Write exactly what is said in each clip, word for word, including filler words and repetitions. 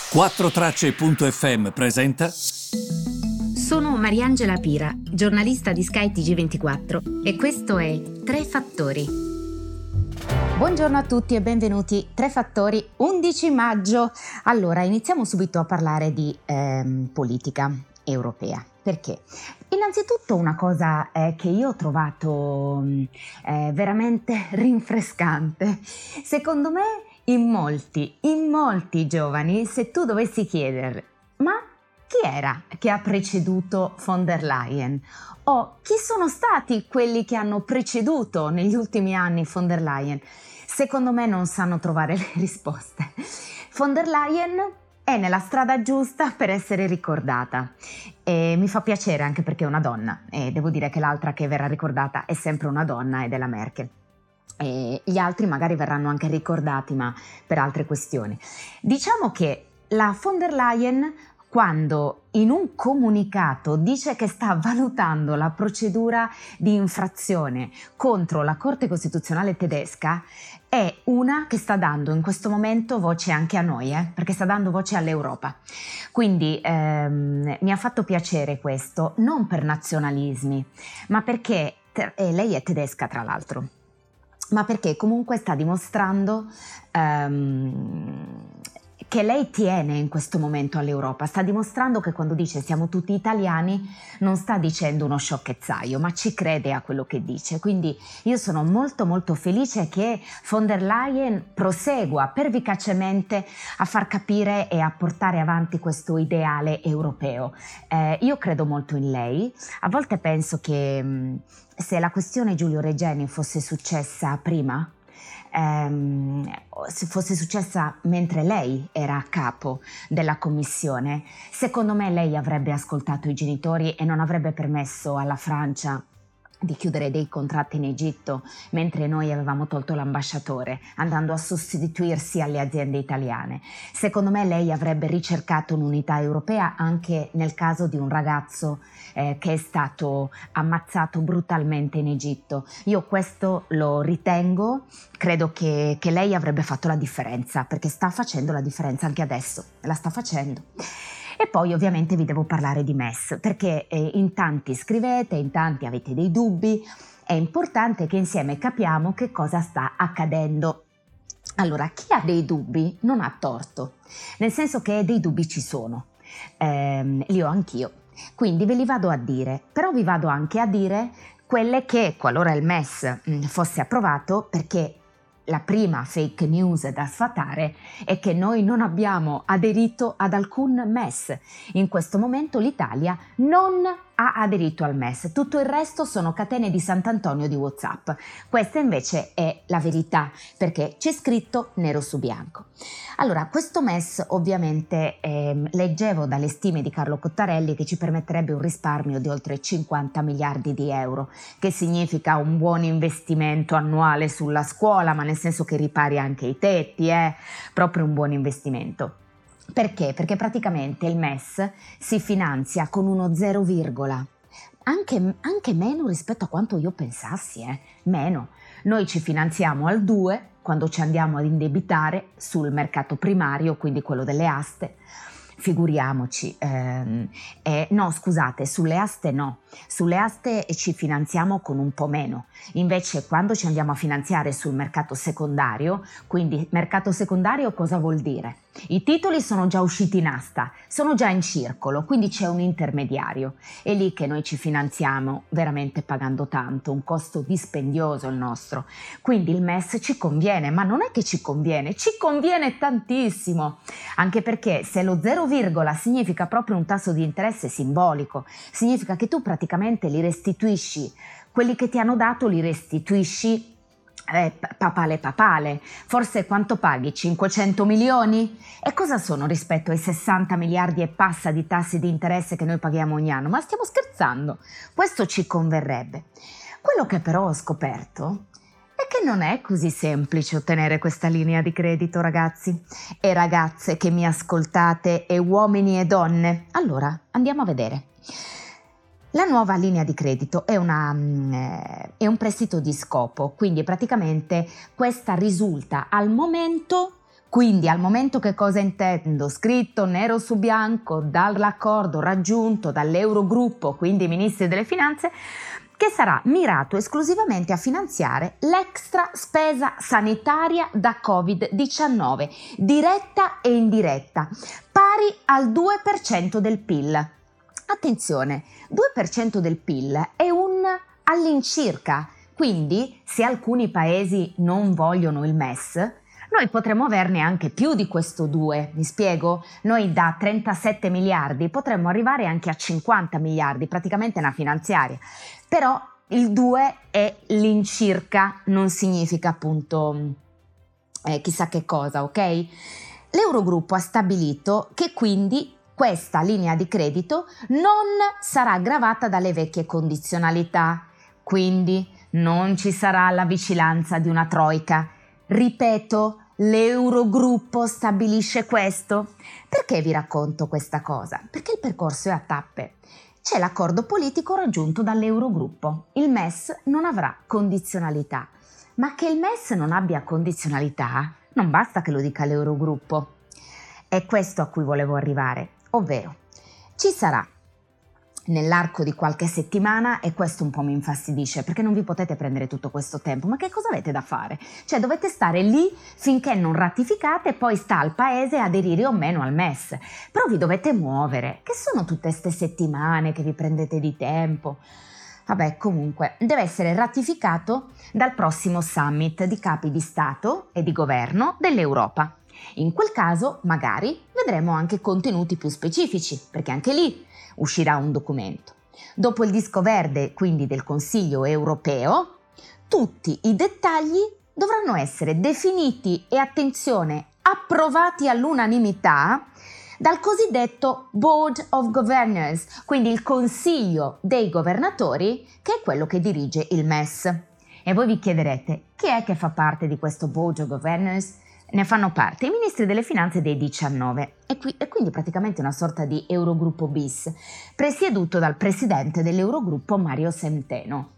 quattro tracce punto effe emme presenta. Sono Mariangela Pira, giornalista di Sky T G ventiquattro e questo è Tre Fattori. Buongiorno a tutti e benvenuti. Tre Fattori, undici maggio. Allora, iniziamo subito a parlare di ehm, politica europea. Perché? Innanzitutto una cosa eh, che io ho trovato eh, veramente rinfrescante. Secondo me in molti, in molti giovani, se tu dovessi chiedere ma chi era che ha preceduto von der Leyen? O chi sono stati quelli che hanno preceduto negli ultimi anni von der Leyen? Secondo me non sanno trovare le risposte. Von der Leyen è nella strada giusta per essere ricordata e mi fa piacere anche perché è una donna e devo dire che l'altra che verrà ricordata è sempre una donna ed è la Merkel. E gli altri magari verranno anche ricordati ma per altre questioni. Diciamo che la von der Leyen, quando in un comunicato dice che sta valutando la procedura di infrazione contro la Corte Costituzionale tedesca, è una che sta dando in questo momento voce anche a noi, eh, perché sta dando voce all'Europa. Quindi ehm, mi ha fatto piacere questo, non per nazionalismi, ma perché, e lei è tedesca tra l'altro, ma perché comunque sta dimostrando um, che lei tiene in questo momento all'Europa, sta dimostrando che quando dice siamo tutti italiani non sta dicendo uno sciocchezzaio, ma ci crede a quello che dice. Quindi io sono molto molto felice che von der Leyen prosegua pervicacemente a far capire e a portare avanti questo ideale europeo. Eh, io credo molto in lei, a volte penso che mh, se la questione Giulio Regeni fosse successa prima, ehm, se fosse successa mentre lei era a capo della commissione, secondo me lei avrebbe ascoltato i genitori e non avrebbe permesso alla Francia di chiudere dei contratti in Egitto mentre noi avevamo tolto l'ambasciatore, andando a sostituirsi alle aziende italiane. Secondo me lei avrebbe ricercato un'unità europea anche nel caso di un ragazzo eh, che è stato ammazzato brutalmente in Egitto. Io questo lo ritengo, credo che, che lei avrebbe fatto la differenza, perché sta facendo la differenza anche adesso, la sta facendo. E poi ovviamente vi devo parlare di M E S, perché eh, in tanti scrivete, in tanti avete dei dubbi, è importante che insieme capiamo che cosa sta accadendo. Allora, chi ha dei dubbi non ha torto, nel senso che dei dubbi ci sono, ehm, li ho anch'io, quindi ve li vado a dire, però vi vado anche a dire quelle che, qualora il M E S mh, fosse approvato, perché la prima fake news da sfatare è che noi non abbiamo aderito ad alcun M E S. In questo momento l'Italia non ha aderito al M E S, tutto il resto sono catene di Sant'Antonio di WhatsApp. Questa invece è la verità, perché c'è scritto nero su bianco. Allora, questo M E S ovviamente ehm, leggevo dalle stime di Carlo Cottarelli che ci permetterebbe un risparmio di oltre cinquanta miliardi di euro, che significa un buon investimento annuale sulla scuola, ma nel senso che ripari anche i tetti, è eh? proprio un buon investimento. Perché? Perché praticamente il M E S si finanzia con uno zero, anche, anche meno rispetto a quanto io pensassi, eh? meno. Noi ci finanziamo al due quando ci andiamo ad indebitare sul mercato primario, quindi quello delle aste. Figuriamoci, ehm, eh, no scusate, sulle aste no, sulle aste ci finanziamo con un po' meno, invece quando ci andiamo a finanziare sul mercato secondario, quindi mercato secondario cosa vuol dire? I titoli sono già usciti in asta, sono già in circolo, quindi c'è un intermediario, è lì che noi ci finanziamo veramente pagando tanto, un costo dispendioso il nostro, quindi il M E S ci conviene, ma non è che ci conviene, ci conviene tantissimo, anche perché se lo zero, significa proprio un tasso di interesse simbolico, significa che tu praticamente li restituisci, quelli che ti hanno dato li restituisci eh, papale papale, forse quanto paghi? cinquecento milioni? E cosa sono rispetto ai sessanta miliardi e passa di tassi di interesse che noi paghiamo ogni anno? Ma stiamo scherzando? Questo ci converrebbe. Quello che però ho scoperto è che non è così semplice ottenere questa linea di credito, ragazzi e ragazze che mi ascoltate, e uomini e donne. Allora, andiamo a vedere. La nuova linea di credito è, una, eh, è un prestito di scopo, quindi praticamente questa risulta al momento Quindi al momento che cosa intendo? Scritto nero su bianco dall'accordo raggiunto dall'Eurogruppo, quindi i ministri delle finanze, che sarà mirato esclusivamente a finanziare l'extra spesa sanitaria da covid diciannove, diretta e indiretta, pari al due per cento del P I L. Attenzione, due per cento del P I L è un all'incirca, quindi se alcuni paesi non vogliono il M E S, noi potremmo averne anche più di questo due, mi spiego? Noi da trentasette miliardi potremmo arrivare anche a cinquanta miliardi, praticamente una finanziaria. Però il due è l'incirca, non significa appunto eh, chissà che cosa, ok? L'Eurogruppo ha stabilito che quindi questa linea di credito non sarà gravata dalle vecchie condizionalità, quindi non ci sarà la vigilanza di una troika. Ripeto, l'Eurogruppo stabilisce questo. Perché vi racconto questa cosa? Perché il percorso è a tappe. C'è l'accordo politico raggiunto dall'Eurogruppo. Il M E S non avrà condizionalità. Ma che il M E S non abbia condizionalità non basta che lo dica l'Eurogruppo. È questo a cui volevo arrivare, ovvero ci sarà nell'arco di qualche settimana, e questo un po' mi infastidisce perché non vi potete prendere tutto questo tempo, ma che cosa avete da fare? Cioè dovete stare lì finché non ratificate e poi sta al paese aderire o meno al M E S, però vi dovete muovere, che sono tutte ste settimane che vi prendete di tempo? Vabbè, comunque deve essere ratificato dal prossimo summit di capi di Stato e di governo dell'Europa. In quel caso magari vedremo anche contenuti più specifici, perché anche lì uscirà un documento. Dopo il disco verde, quindi del Consiglio europeo, tutti i dettagli dovranno essere definiti e, attenzione, approvati all'unanimità dal cosiddetto Board of Governors, quindi il Consiglio dei Governatori, che è quello che dirige il M E S. E voi vi chiederete, chi è che fa parte di questo Board of Governors? Ne fanno parte i ministri delle finanze dei diciannove e, qui, e quindi praticamente una sorta di Eurogruppo bis, presieduto dal presidente dell'Eurogruppo Mario Centeno.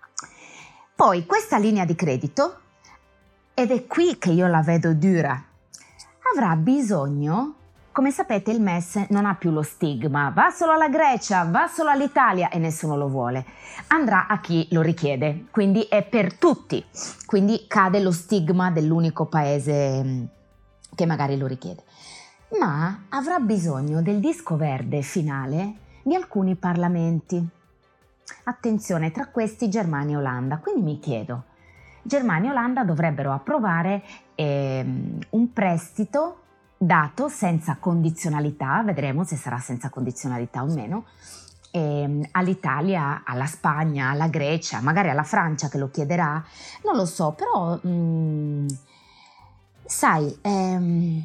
Poi questa linea di credito, ed è qui che io la vedo dura, avrà bisogno, come sapete il M E S non ha più lo stigma, va solo alla Grecia, va solo all'Italia e nessuno lo vuole, andrà a chi lo richiede, quindi è per tutti, quindi cade lo stigma dell'unico paese che magari lo richiede, ma avrà bisogno del disco verde finale di alcuni parlamenti. Attenzione, tra questi Germania e Olanda, quindi mi chiedo, Germania e Olanda dovrebbero approvare ehm, un prestito dato senza condizionalità, vedremo se sarà senza condizionalità o meno, ehm, all'Italia, alla Spagna, alla Grecia, magari alla Francia che lo chiederà, non lo so, però mh, sai, ehm,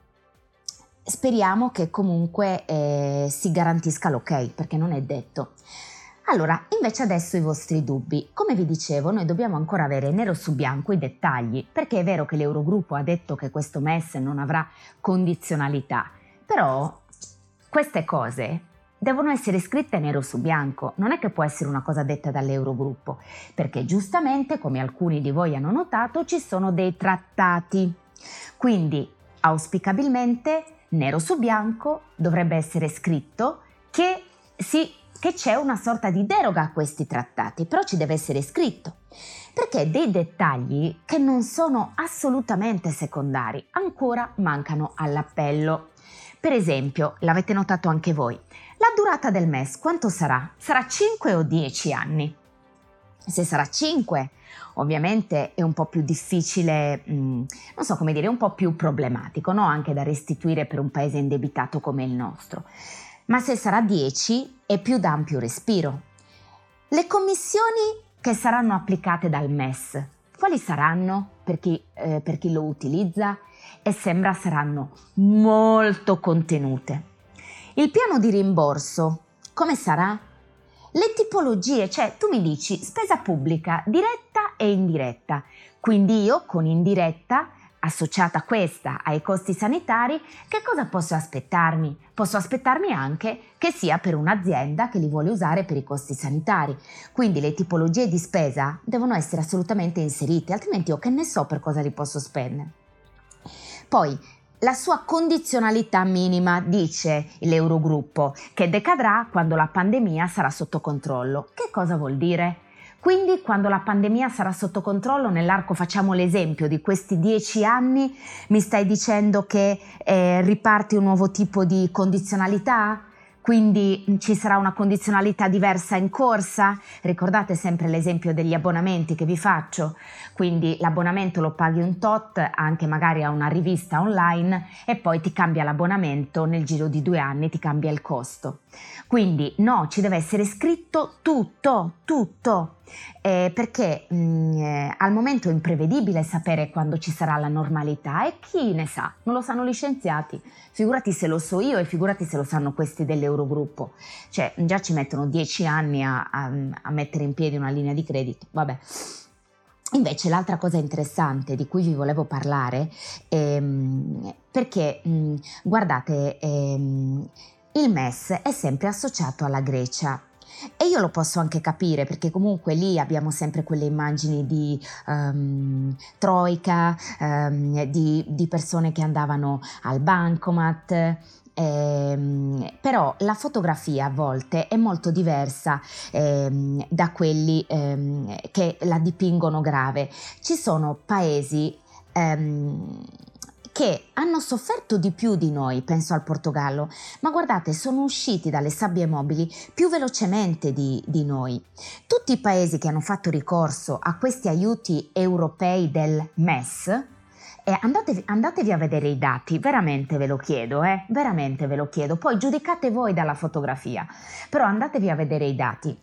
speriamo che comunque eh, si garantisca l'ok, perché non è detto. Allora, invece adesso i vostri dubbi. Come vi dicevo, noi dobbiamo ancora avere nero su bianco i dettagli, perché è vero che l'Eurogruppo ha detto che questo M E S non avrà condizionalità, però queste cose devono essere scritte nero su bianco, non è che può essere una cosa detta dall'Eurogruppo, perché giustamente, come alcuni di voi hanno notato, ci sono dei trattati. Quindi, auspicabilmente, nero su bianco dovrebbe essere scritto che si che c'è una sorta di deroga a questi trattati, però ci deve essere scritto, perché dei dettagli che non sono assolutamente secondari ancora mancano all'appello. Per esempio, l'avete notato anche voi, la durata del M E S quanto sarà? Sarà cinque o dieci anni? Se sarà cinque, ovviamente è un po' più difficile, mh, non so come dire, un po' più problematico, no? Anche da restituire per un paese indebitato come il nostro. Ma se sarà dieci è più d'ampio respiro. Le commissioni che saranno applicate dal M E S, quali saranno per chi, eh, per chi lo utilizza? E sembra saranno molto contenute. Il piano di rimborso, come sarà? Le tipologie, cioè tu mi dici spesa pubblica diretta e indiretta, quindi io con indiretta associata questa ai costi sanitari, che cosa posso aspettarmi? Posso aspettarmi anche che sia per un'azienda che li vuole usare per i costi sanitari. Quindi le tipologie di spesa devono essere assolutamente inserite, altrimenti io che ne so per cosa li posso spendere. Poi la sua condizionalità minima, dice l'Eurogruppo, che decadrà quando la pandemia sarà sotto controllo. Che cosa vuol dire? Quindi quando la pandemia sarà sotto controllo, nell'arco, facciamo l'esempio di questi dieci anni, mi stai dicendo che eh, riparti un nuovo tipo di condizionalità? Quindi ci sarà una condizionalità diversa in corsa? Ricordate sempre l'esempio degli abbonamenti che vi faccio? Quindi l'abbonamento lo paghi un tot, anche magari a una rivista online, e poi ti cambia l'abbonamento nel giro di due anni, ti cambia il costo. Quindi no, ci deve essere scritto tutto, tutto, eh, perché mh, eh, al momento è imprevedibile sapere quando ci sarà la normalità, e chi ne sa, non lo sanno gli scienziati, figurati se lo so io e figurati se lo sanno questi dell'Eurogruppo, cioè già ci mettono dieci anni a, a, a mettere in piedi una linea di credito, vabbè. Invece l'altra cosa interessante di cui vi volevo parlare, ehm, perché mh, guardate, ehm, il M E S è sempre associato alla Grecia. E io lo posso anche capire, perché comunque lì abbiamo sempre quelle immagini di um, troika, um, di, di persone che andavano al bancomat. Ehm, però la fotografia a volte è molto diversa ehm, da quelli ehm, che la dipingono grave. Ci sono paesi ehm, che hanno sofferto di più di noi, penso al Portogallo, ma guardate, sono usciti dalle sabbie mobili più velocemente di, di noi. Tutti i paesi che hanno fatto ricorso a questi aiuti europei del M E S, eh, andatevi, andatevi a vedere i dati, veramente ve lo chiedo, eh, veramente ve lo chiedo, poi giudicate voi dalla fotografia, però andatevi a vedere i dati.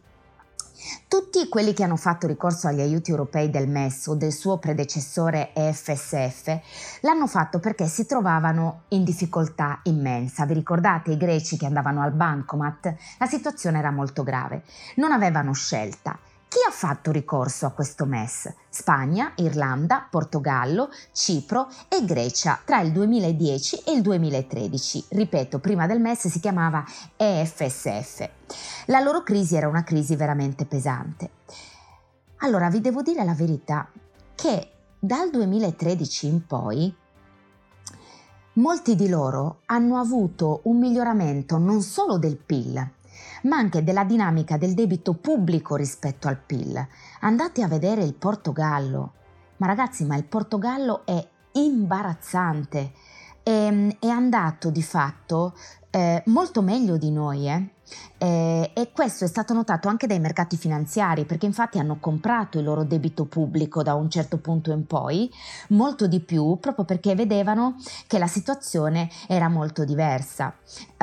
Tutti quelli che hanno fatto ricorso agli aiuti europei del M E S o del suo predecessore E F S F l'hanno fatto perché si trovavano in difficoltà immensa. Vi ricordate i greci che andavano al bancomat? La situazione era molto grave, non avevano scelta. Chi ha fatto ricorso a questo M E S? Spagna, Irlanda, Portogallo, Cipro e Grecia tra il duemiladieci e il duemilatredici. Ripeto, prima del M E S si chiamava E F S F. La loro crisi era una crisi veramente pesante. Allora vi devo dire la verità, che dal duemilatredici in poi molti di loro hanno avuto un miglioramento non solo del P I L, ma anche della dinamica del debito pubblico rispetto al P I L. Andate a vedere il Portogallo, ma ragazzi, ma il Portogallo è imbarazzante, è, è andato di fatto eh, molto meglio di noi, eh? Eh, e questo è stato notato anche dai mercati finanziari, perché infatti hanno comprato il loro debito pubblico da un certo punto in poi, molto di più, proprio perché vedevano che la situazione era molto diversa.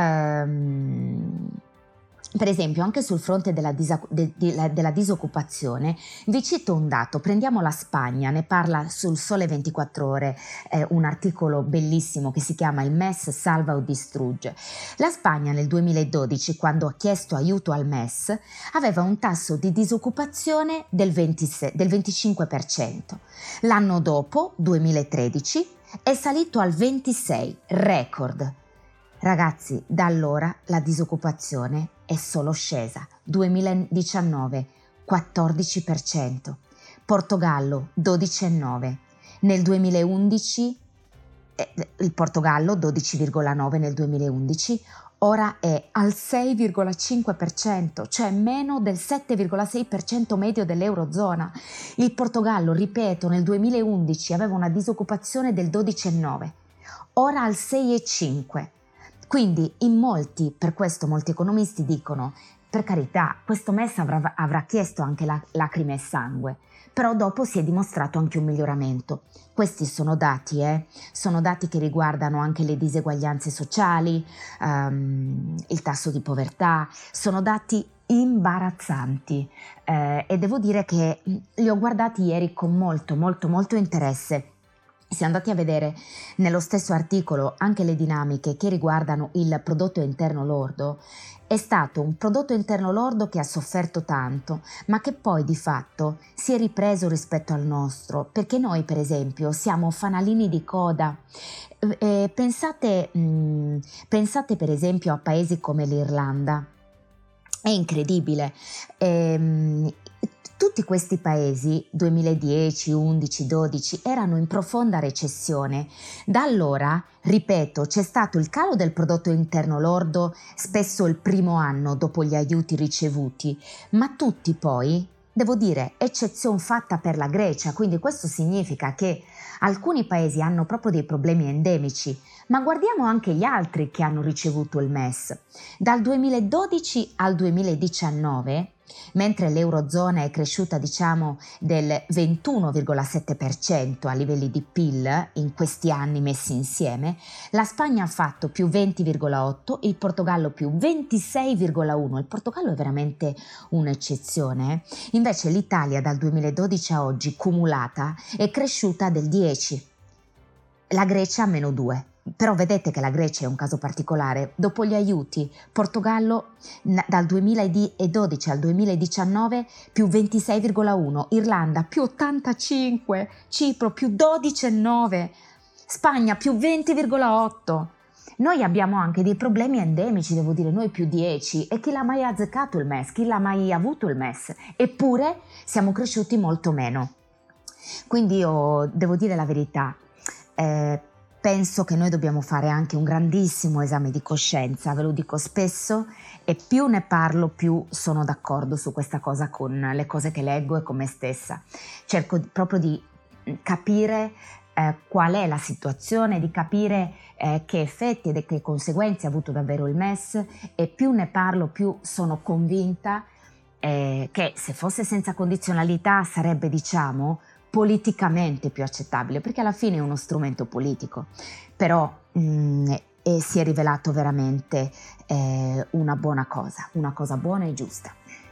Um, Per esempio, anche sul fronte della, disa- de- de- della disoccupazione, vi cito un dato, prendiamo la Spagna, ne parla sul Sole ventiquattro Ore, eh, un articolo bellissimo che si chiama Il M E S salva o distrugge. La Spagna nel duemiladodici, quando ha chiesto aiuto al M E S, aveva un tasso di disoccupazione del, ventisei, del venticinque per cento. L'anno dopo, duemilatredici, è salito al ventisei, record. Ragazzi, da allora la disoccupazione è solo scesa. duemiladiciannove quattordici per cento, Portogallo dodici virgola nove, nel duemilaundici eh, il Portogallo dodici virgola nove nel duemilaundici, ora è al sei virgola cinque per cento, cioè meno del sette virgola sei per cento medio dell'Eurozona. Il Portogallo, ripeto, nel duemilaundici aveva una disoccupazione del dodici virgola nove, ora al sei virgola cinque. Quindi in molti, per questo molti economisti dicono, per carità, questo M E S avrà, avrà chiesto anche la, lacrime e sangue, però dopo si è dimostrato anche un miglioramento. Questi sono dati, eh? Sono dati che riguardano anche le diseguaglianze sociali, um, il tasso di povertà, sono dati imbarazzanti eh, e devo dire che li ho guardati ieri con molto, molto, molto interesse. Se andate a vedere nello stesso articolo anche le dinamiche che riguardano il prodotto interno lordo, è stato un prodotto interno lordo che ha sofferto tanto, ma che poi di fatto si è ripreso rispetto al nostro, perché noi per esempio siamo fanalini di coda. Eh, pensate, mh, pensate per esempio a paesi come l'Irlanda. È incredibile. Ehm, Tutti questi paesi, duemiladieci, undici, dodici, erano in profonda recessione. Da allora, ripeto, c'è stato il calo del prodotto interno lordo, spesso il primo anno dopo gli aiuti ricevuti, ma tutti poi, devo dire, eccezione fatta per la Grecia, quindi questo significa che alcuni paesi hanno proprio dei problemi endemici, ma guardiamo anche gli altri che hanno ricevuto il M E S. Dal duemiladodici al duemiladiciannove, mentre l'Eurozona è cresciuta diciamo del ventuno virgola sette per cento a livelli di P I L in questi anni messi insieme, la Spagna ha fatto più venti virgola otto, il Portogallo più ventisei virgola uno, il Portogallo è veramente un'eccezione, invece l'Italia dal duemiladodici a oggi cumulata è cresciuta del dieci, la Grecia meno due. Però vedete che la Grecia è un caso particolare. Dopo gli aiuti, Portogallo dal duemiladodici al duemiladiciannove più ventisei virgola uno, Irlanda più ottantacinque, Cipro più dodici virgola nove, Spagna più venti virgola otto. Noi abbiamo anche dei problemi endemici, devo dire, noi più dieci, e chi l'ha mai azzeccato il M E S, chi l'ha mai avuto il M E S, eppure siamo cresciuti molto meno. Quindi io devo dire la verità, eh, penso che noi dobbiamo fare anche un grandissimo esame di coscienza, ve lo dico spesso e più ne parlo più sono d'accordo su questa cosa con le cose che leggo e con me stessa. Cerco proprio di capire eh, qual è la situazione, di capire eh, che effetti e che conseguenze ha avuto davvero il M E S e più ne parlo più sono convinta eh, che se fosse senza condizionalità sarebbe diciamo politicamente più accettabile, perché alla fine è uno strumento politico, però mh, e si è rivelato veramente eh, una buona cosa, una cosa buona e giusta.